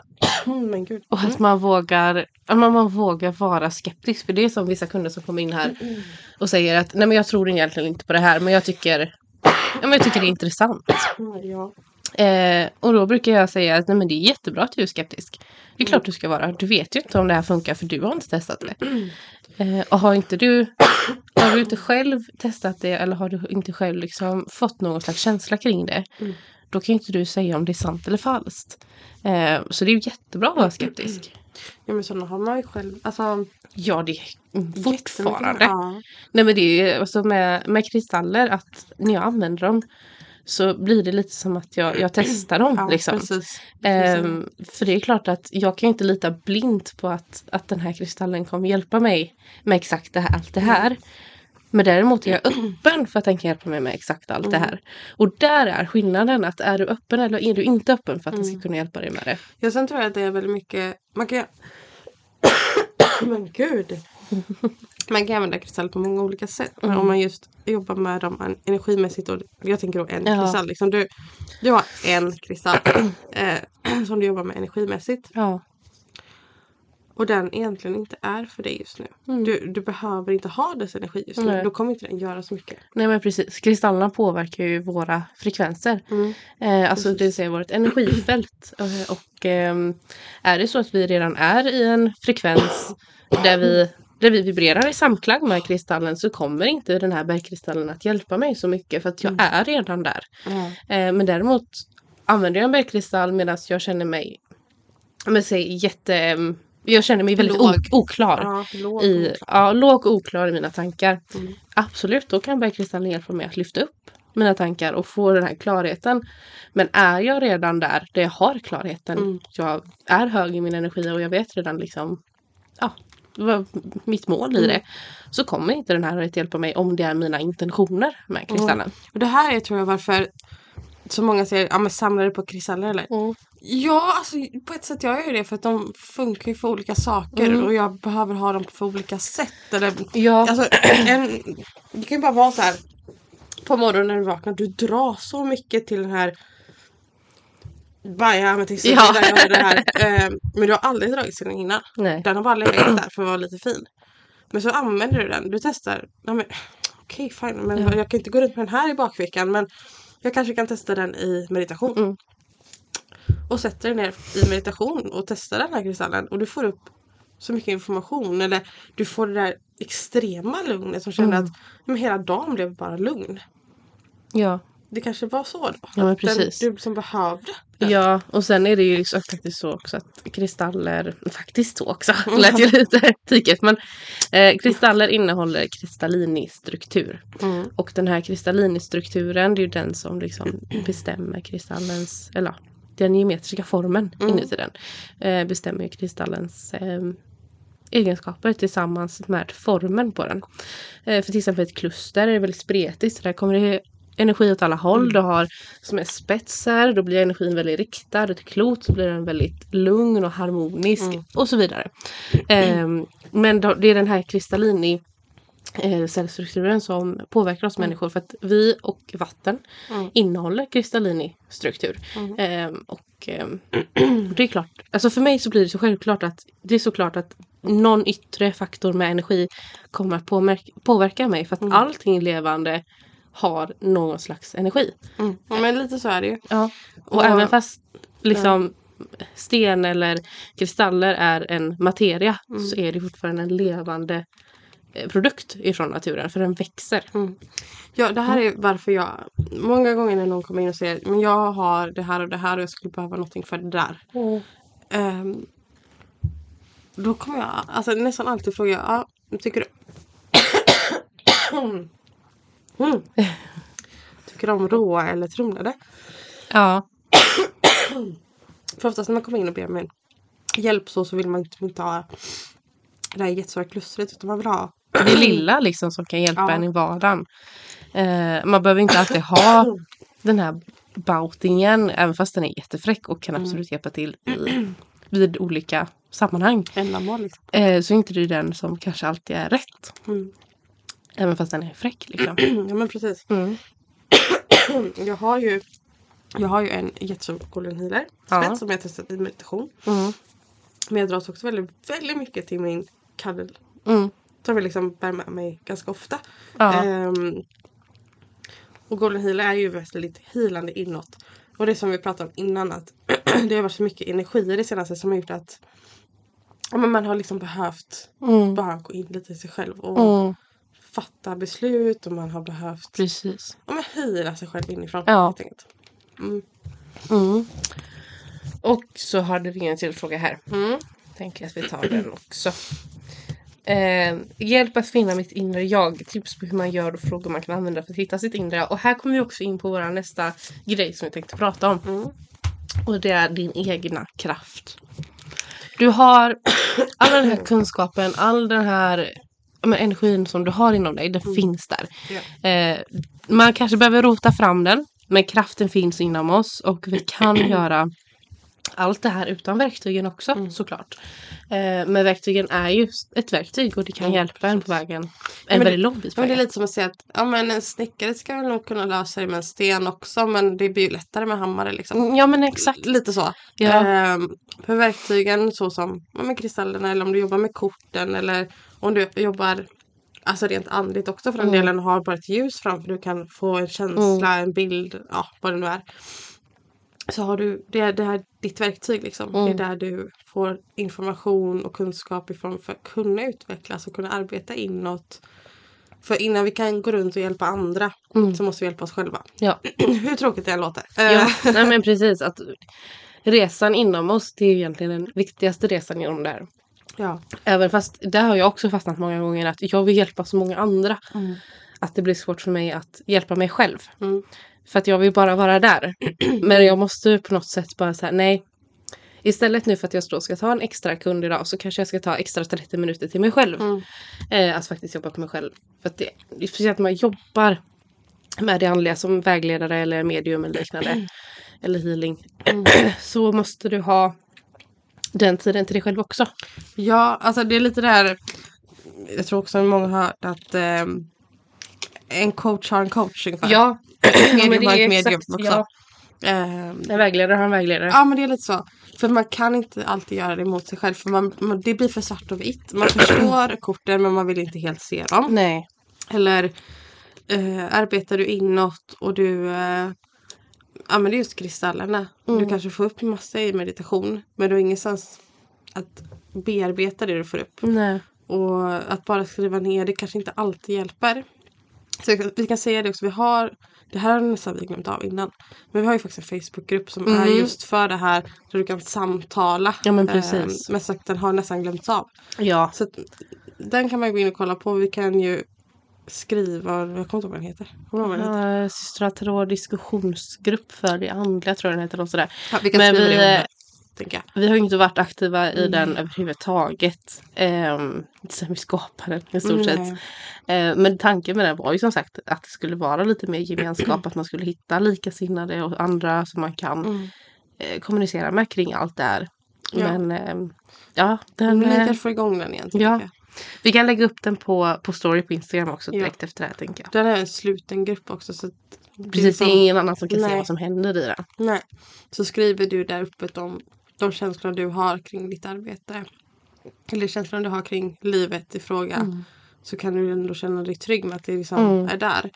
men gud. Och att man vågar man, man vågar vara skeptisk. För det är som vissa kunder som kommer in här och säger att nej men jag tror egentligen inte på det här. Men jag tycker Ja, men jag tycker det är intressant. Ja. Eh, och då brukar jag säga att nej, men det är jättebra att du är skeptisk. Det är klart du ska vara. Du vet ju inte om det här funkar för du har inte testat det. Eh, och har inte du har du inte själv testat det eller har du inte själv liksom fått någon slags känsla kring det, mm. då kan ju inte du säga om det är sant eller falskt. Eh, så det är ju jättebra att vara skeptisk. Ja, men sådana har man ju själv. Alltså, ja, det är fortfarande. Ja. Nej, men det är ju alltså med, med kristaller att när jag använder dem så blir det lite som att jag, jag testar dem. Ja, liksom. precis. Ehm, för det är klart att jag kan inte lita blint på att, att den här kristallen kommer hjälpa mig med exakt det här, allt det här. Men däremot är jag öppen för att den kan hjälpa mig med exakt allt mm. det här. Och där är skillnaden, att är du öppen eller är du inte öppen för att mm. den ska kunna hjälpa dig med det. Ja, sen tror jag att det är väldigt mycket, man kan men gud man kan använda kristall på många olika sätt. Men mm. om man just jobbar med dem energimässigt, och jag tänker då en ja. kristall liksom, du, du har en kristall eh, som du jobbar med energimässigt. Ja. Och den egentligen inte är för dig just nu. Mm. Du, du behöver inte ha dess energi just nu. Nej. Då kommer inte den göra så mycket. Nej, men precis. Kristallerna påverkar ju våra frekvenser. Mm. Eh, alltså det vill säga vårt energifält. Och, och eh, är det så att vi redan är i en frekvens där vi, där vi vibrerar i samklang med kristallen, så kommer inte den här bergkristallen att hjälpa mig så mycket. För att jag mm. är redan där. Mm. Eh, men däremot använder jag en bergkristall medan jag känner mig men säg jätte... Jag känner mig väldigt låg. oklar. Ja, låg, i, oklar. Ja, låg och oklar i mina tankar. Mm. Absolut, då kan bergkristallen hjälpa mig att lyfta upp mina tankar och få den här klarheten. Men är jag redan där, där jag har klarheten, mm. jag är hög i min energi och jag vet redan liksom, ja, vad mitt mål i det. Så kommer inte den här att hjälpa mig om det är mina intentioner med kristallen. Mm. Och det här är tror jag varför så många säger, ja men samlar du på kristaller eller? Mm. Ja, alltså på ett sätt jag gör det för att de funkar ju för olika saker Mm. och jag behöver ha dem på olika sätt. Eller, Ja. alltså, en, det kan ju bara vara så här på morgonen när du vaknar, du drar så mycket till den här Baja ametist och Ja. där jag har det här. Eh, men du har aldrig dragit till den innan. Nej. Den har bara legat där för att vara lite fin. Men så använder du den. Du testar. Ja, men, okej, fine. Men Ja. jag kan inte gå runt med den här i bakfickan. Men jag kanske kan testa den i meditation. Mm. Och sätter den ner i meditation och testar den här kristallen. Och du får upp så mycket information. Eller du får det där extrema lugnet som känner Mm. att men hela dagen blev bara lugn. Ja. Det kanske var så då. Ja, men Att den, precis. du som behövde den. Ja, och sen är det ju så, faktiskt så också att kristaller, faktiskt så också, lät ju lite tyket, men eh, kristaller innehåller kristallinistruktur. Mm. Och den här kristallinistrukturen, det är ju den som liksom bestämmer kristallens, eller den geometriska formen Mm. inuti den, eh, bestämmer ju kristallens eh, egenskaper tillsammans med formen på den. Eh, för till exempel ett kluster är väldigt spretigt, så där kommer det energi åt alla håll. Mm. Du har som är spetsar, då blir energin väldigt riktad. Ett klot så blir den väldigt lugn och harmonisk Mm. och så vidare. Eh, men då, det är den här kristallini eh, cellstrukturen som påverkar oss Mm. människor, för att vi och vatten Mm. innehåller kristallini struktur. Mm. Eh, och eh, det är klart, alltså för mig så blir det så självklart att det är såklart att någon yttre faktor med energi kommer att påverka, påverka mig, för att Mm. allting levande har någon slags energi. Mm. Ja, men lite så är det ju. Ja. Och, Och- även fast liksom sten eller kristaller är en materia, Mm. så är det fortfarande en levande eh, produkt ifrån naturen, för den växer. Mm. Ja, det här är varför jag många gånger när någon kommer in och säger men jag har det här och det här och jag skulle behöva någonting för det där. Ehm, då kommer jag alltså nästan alltid fråga, ja, tycker du mm. tycker du om råa eller trumlade? Ja. För oftast när man kommer in och ber om en hjälp så, så vill man inte, inte ha det här jättestora klustret, utan man vill ha Det lilla liksom som kan hjälpa Ja. en i vardagen. Eh, man behöver inte alltid ha den här boutingen, även fast den är jättefräck och kan absolut hjälpa till i, vid olika sammanhang. ändamål liksom. Eh, så är inte det den som kanske alltid är rätt. Mm. Även fast den är fräck liksom. Ja men precis. Mm. Jag har ju Jag har ju en jättestor golden healer Ja. spets som jag testat i meditation. Mm. Men jag dras också väldigt, väldigt mycket till min kaddel. Mm. Som vill liksom bär med mig ganska ofta. Ja. Ehm, och golden healer är ju väldigt healande inåt. Och det som vi pratade om innan, att det har varit så mycket energier det senaste som har gjort att ja, men man har liksom behövt Mm. bara gå in lite i sig själv och Mm. fatta beslut, och man har behövt Precis. ja, men heala sig själv inifrån. Ja. Helt enkelt. Mm. Mm. Och så hade vi en till fråga här. Mm. Tänker att vi tar den också. Eh, hjälp att finna mitt inre jag. Tips på hur man gör och frågor man kan använda för att hitta sitt inre jag. Och här kommer vi också in på vår nästa grej som vi tänkte prata om. Mm. Och det är din egna kraft. Du har all den här kunskapen, all den här ja, men energin som du har inom dig, den Mm. finns där. Ja. Eh, man kanske behöver rota fram den, men kraften finns inom oss och vi kan göra allt det här utan verktygen också, Mm. såklart. Eh, men verktygen är ju ett verktyg och det kan Mm, hjälpa en på vägen. En men väldigt lång bit på Men det är vägen. lite som att säga att ja, men en snickare ska väl nog kunna lösa det med en sten också, men det blir ju lättare med hammare liksom. Ja, men exakt. Lite så. Ja. Ehm, för verktygen så som ja, med kristallerna, eller om du jobbar med korten, eller om du jobbar alltså rent andligt också för den Mm. delen, och har bara ett ljus framför, du kan få en känsla, en bild, ja vad det nu är. Så har du, det är, det här ditt verktyg liksom. Mm. Det är där du får information och kunskap ifrån för att kunna utvecklas och kunna arbeta inåt. För innan vi kan gå runt och hjälpa andra Mm. så måste vi hjälpa oss själva. Ja. Hur tråkigt det än låter. Ja, Eh, nej men precis. Att resan inom oss, det är ju egentligen den viktigaste resan genom det här. ja. Även fast, där har jag också fastnat många gånger att jag vill hjälpa så många andra. Mm. Att det blir svårt för mig att hjälpa mig själv. Mm. För att jag vill bara vara där. Men jag måste på något sätt bara säga nej. Istället nu för att jag då ska ta en extra kund idag så kanske jag ska ta extra trettio minuter till mig själv. Mm. Eh, att faktiskt jobba på mig själv. För att det, det är speciellt att man jobbar med det andliga som vägledare eller medium eller liknande. Eller healing. Mm. Så måste du ha den tiden till dig själv också. Ja, alltså det är lite där. Jag tror också att många har hört att eh, en coach har en coach ungefär. Ja, medium men det har är ett medium exakt, också. ja. Ehm, En vägledare har en vägledare. Ja, men det är lite så. För man kan inte alltid göra det mot sig själv. För man, man, det blir för svart och vitt. Man förstår korten men man vill inte helt se dem. Nej. Eller eh, arbetar du inåt och du eh, använder just kristallerna. Mm. Du kanske får upp massa i meditation. Men du har ingenstans att bearbeta det du får upp. Nej. Och att bara skriva ner det kanske inte alltid hjälper. Så vi kan säga det också. Vi har, det här har nästan vi glömt av innan. Men vi har ju faktiskt en Facebookgrupp som Mm. är just för det här. Där du kan samtala. Ja, men precis. Eh, men sagt, den har nästan glömts av. Ja. Så att, den kan man gå in och kolla på. Vi kan ju skriva, jag kommer inte ihåg vad den heter. Kommer du ihåg vad den heter? Uh, Systra Tarot diskussionsgrupp för det andliga tror jag den heter. Och sådär. Ja, vi kan Men skriva vi, det under, tänker jag. vi har ju inte varit aktiva i Mm. den överhuvudtaget. Um, sen vi skapade den i stort Mm, sett. nej. Uh, men tanken med den var ju som sagt att det skulle vara lite mer gemenskap. Att man skulle hitta likasinnade och andra som man kan Mm. uh, kommunicera med kring allt det här. Ja. Men um, ja, den... Men ni eh, kanske får igång den igen. ja. tänker jag. Vi kan lägga upp den på, på story på Instagram också Ja. direkt efter det här tänker jag. Den är en sluten grupp också. Så att det Precis, det som- är ingen annan som kan se Nej. vad som händer i den. Nej. Så skriver du där uppe om de känslor du har kring ditt arbete. Eller känslor du har kring livet i fråga. Mm. Så kan du ändå känna dig trygg med att det liksom Mm. är där.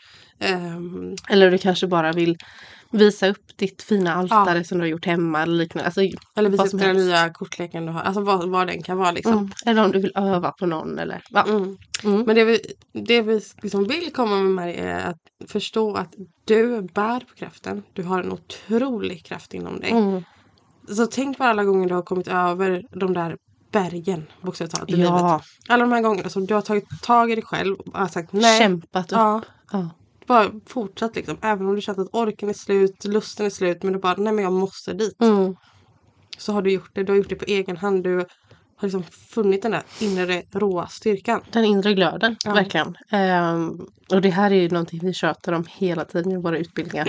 Ehm, Eller du kanske bara vill visa upp ditt fina altare som du har gjort hemma eller liknande. Alltså, eller visa vad upp som den helst. nya kortleken du har. Alltså vad, vad den kan vara liksom. Mm. Eller om du vill öva på någon eller ja. Mm. Mm. Men det vi, det vi liksom vill komma med Marie är att förstå att du bär på kraften. Du har en otrolig kraft inom dig. Mm. Så tänk på alla gånger du har kommit över de där bergen, bokstavligt talat, i livet. Ja, Alla de här gångerna som du har tagit tag i dig själv och har sagt nej. kämpat upp. Ja, Ja. bara fortsatt liksom. Även om du känner att orken är slut, lusten är slut. Men du bara, nej men jag måste dit. Mm. Så har du gjort det. Du har gjort det på egen hand. Du har liksom funnit den där inre råa styrkan. Den inre glöden, Ja. verkligen. Ehm, och det här är ju någonting vi tjatar om hela tiden i våra utbildningar.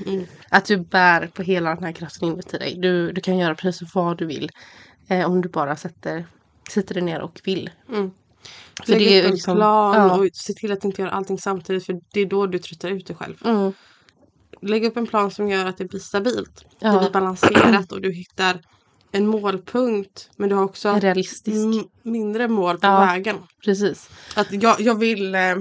Att du bär på hela den här kraften inuti dig. Du, du kan göra precis vad du vill. Eh, om du bara sätter, sätter dig ner och vill. Mm. För Lägg det är upp en liksom- plan ja. och se till att du inte gör allting samtidigt. För det är då du tröttar ut dig själv. Mm. Lägg upp en plan som gör att det blir stabilt. Ja. Det blir balanserat och du hittar en målpunkt. Men du har också En realistisk. m- mindre mål på Ja. vägen. Precis. Att jag, jag vill... Eh,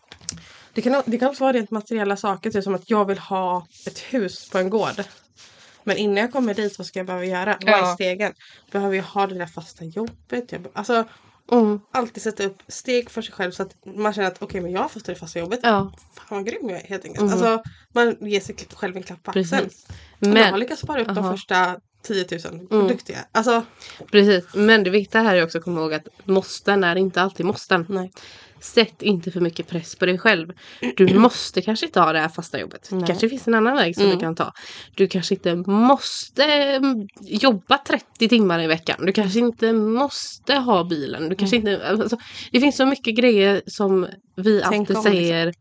det, kan, det kan också vara rent materiella saker. Typ som att jag vill ha ett hus på en gård. Men innan jag kommer dit, vad ska jag behöva göra? Vad är Ja. stegen? Behöver jag ha det där fasta jobbet? Jag, be- alltså, Mm. alltid sätta upp steg för sig själv. Så att man känner att okej, men jag har fått det fasta jobbet. Ja, Fan vad grym jag är helt enkelt. Mm. Alltså, man ger sig själv en klapp på axeln. precis. Men, jag har Men, lyckats spara upp de Aha. första tio tusen. Mm. Hur duktig jag är. Alltså, precis. Men det viktiga här är också att komma ihåg att måsten är inte alltid måsten. nej. Sätt inte för mycket press på dig själv. Du måste kanske inte ha det här fasta jobbet. Nej. Kanske finns en annan väg som Mm. du kan ta. Du kanske inte måste mm, jobba trettio timmar i veckan. Du kanske inte måste ha bilen. Du kanske inte, alltså, det finns så mycket grejer som vi Tänk alltid om, säger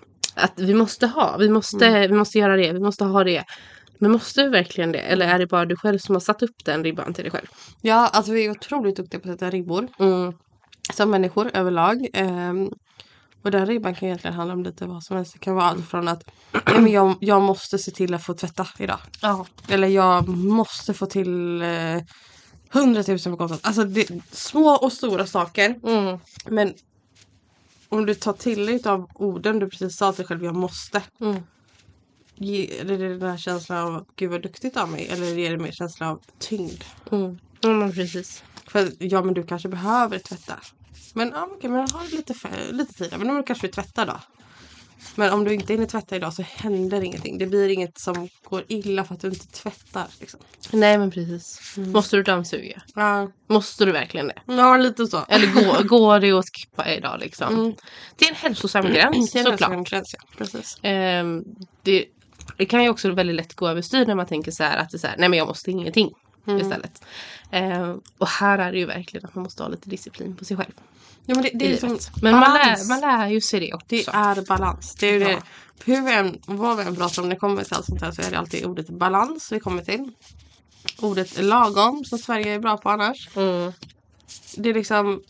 att vi måste ha. Vi måste, Mm. vi måste göra det. Vi måste ha det. Men måste du verkligen det? Eller är det bara du själv som har satt upp den ribban till dig själv? Ja, alltså vi är otroligt duktiga på att sätta ribbor. Mm. Som människor överlag. Ehm, och den ribban kan egentligen handla om lite vad som helst. Det kan vara allt från att nej, men jag, jag måste se till att få tvätta idag. Ja. Eller jag måste få till eh, hundratusen på kontot. Alltså det, små och stora saker. Mm. Men om du tar till dig av orden du precis sa till dig själv, jag måste. Mm. Ge, är det den här känslan av gud vad duktigt av mig? Eller är det mer känslan av tyngd? Mm. Ja, men precis. För ja, men du kanske behöver tvätta. Men ja, okej, men har lite, för, lite tid. Men då kanske du tvättar då. Men om du inte hinner tvätta idag så händer ingenting. Det blir inget som går illa för att du inte tvättar. Liksom. Nej, men precis. Mm. Måste du dammsuga? Ja, Måste du verkligen det? ja lite så. Eller går, går det att skippa idag liksom? Mm. Det är en hälsosam gräns Det är såklart. en gräns, ja. Precis. Ehm, det, det kan ju också väldigt lätt gå överstyr när man tänker så här att det är så här, nej men jag måste ingenting. mm. istället. Eh, och här är det ju verkligen att man måste ha lite disciplin på sig själv. Ja, men det, det är liksom men man lär, man lär ju sig det också. Det är balans. Det är ju ja. det. Hur vi än, vad vi än pratar om, det kommer till allt sånt här, så är det alltid ordet balans vi kommer till. Ordet lagom, som Sverige är bra på annars. Mm. Det är liksom...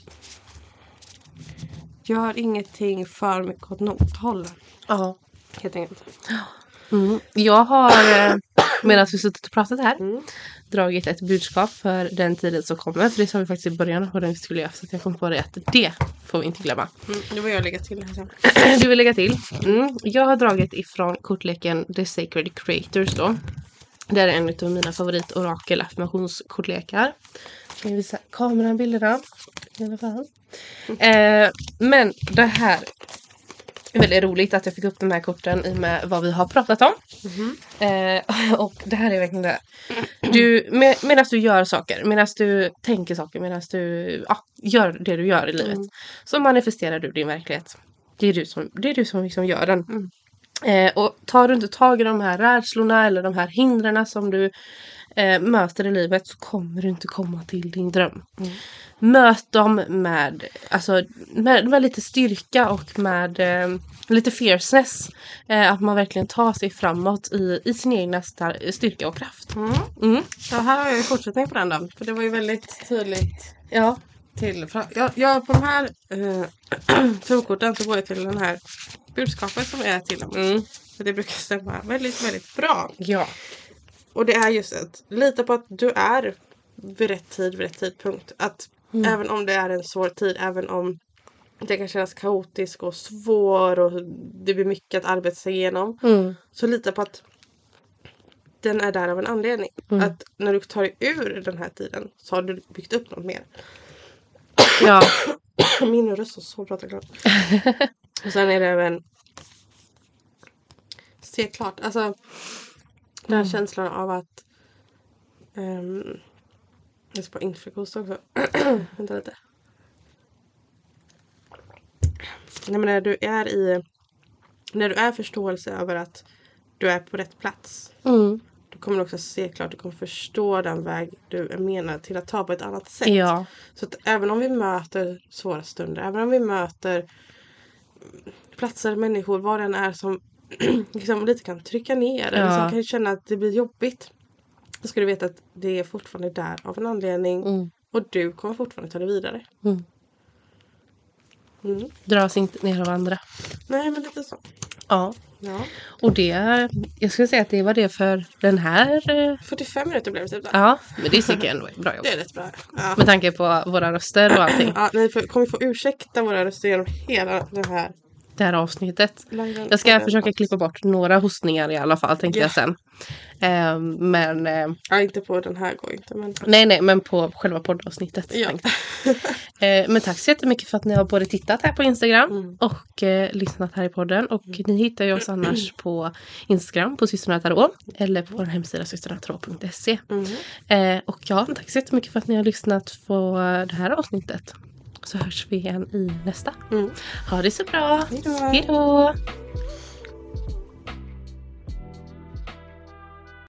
Gör ingenting för mycket åt något håll. Ja. Helt enkelt. Mm. Jag har, medan vi suttit och pratat här, mm. dragit ett budskap för den tiden som kommer. För det sa vi faktiskt i början på den vi skulle göra. Så att jag kom på det att det får vi inte glömma. Mm. Det vill jag lägga till här sen. Du vill lägga till? Mm. Jag har dragit ifrån kortleken The Sacred Creators då. Det är en av mina favoritorakel affirmationskortlekar. Jag visa kameran bilderna. I alla fall. Eh, men det här är väldigt roligt att jag fick upp de här korten i med vad vi har pratat om. Mm-hmm. Eh, och det här är verkligen det. Du, med, medan du gör saker, medan du tänker saker, medan du ja, gör det du gör i livet. Mm. Så manifesterar du din verklighet. Det är du som, det är du som liksom gör den. Mm. Eh, och tar du inte tag i de här rädslorna eller de här hindren som du eh, möter i livet, så kommer du inte komma till din dröm. Mm. Möt dem med, alltså, med, med lite styrka och med eh, lite fierceness. Eh, att man verkligen tar sig framåt i, i sin egna star- styrka och kraft. Mm. Mm. Så här har jag ju fortsättning på den då. För det var ju väldigt tydligt. Ja. Till, jag, jag på de här eh, turkorten så går jag till den här budskapet som är till dem. Mm. För det brukar stämma väldigt, väldigt bra. Ja. Och det är just att lita på att du är vid rätt tid, vid rätt tidpunkt. Att mm. även om det är en svår tid, även om det kan kännas kaotisk och svår och det blir mycket att arbeta sig igenom. Mm. Så lita på att den är där av en anledning. Mm. Att när du tar dig ur den här tiden så har du byggt upp något mer. Ja. Min röst är så pratar klart. Och sen är det även se klart. Alltså den här mm. känslan av att um, jag ska bara infrikost också. Vänta lite. Nej, men när du är i när du är förståelse över att du är på rätt plats. Mm. Då kommer du också se klart. Du kommer förstå den väg du är menad till att ta på ett annat sätt. Ja. Så att även om vi möter svåra stunder. Även om vi möter platser, människor, vad den är som liksom lite kan trycka ner. Ja. Eller som kan känna att det blir jobbigt. Då ska du veta att det är fortfarande där av en anledning. Mm. Och du kommer fortfarande ta det vidare. Mm. Mm. Dras inte ner av andra. Nej, men lite så. Ja. Ja. Och det, jag skulle säga att det var det för den här. fyrtiofem minuter blev det typ där. Ja, men det tycker jag ändå är bra jobb. Det är rätt bra. Ja. Med tanke på våra röster och allting. Ja, ni får, kommer få ursäkta våra röster genom hela den här. Det här avsnittet. Jag ska försöka klippa bort några hostningar i alla fall, tänkte yeah. jag sen. Eh, men... Eh, ja, inte på den här går inte. Men... Nej, nej, men på själva poddavsnittet. Ja. eh, men tack så jättemycket för att ni har både tittat här på Instagram mm. och eh, lyssnat här i podden. Och mm. ni hittar ju oss annars på Instagram på Systrarna Tarot eller på vår hemsida systrarna tarot punkt se. Mm. Eh, och ja, tack så jättemycket för att ni har lyssnat på det här avsnittet. Så hörs vi igen i nästa. Mm. Ha det så bra. Hejdå. Hejdå.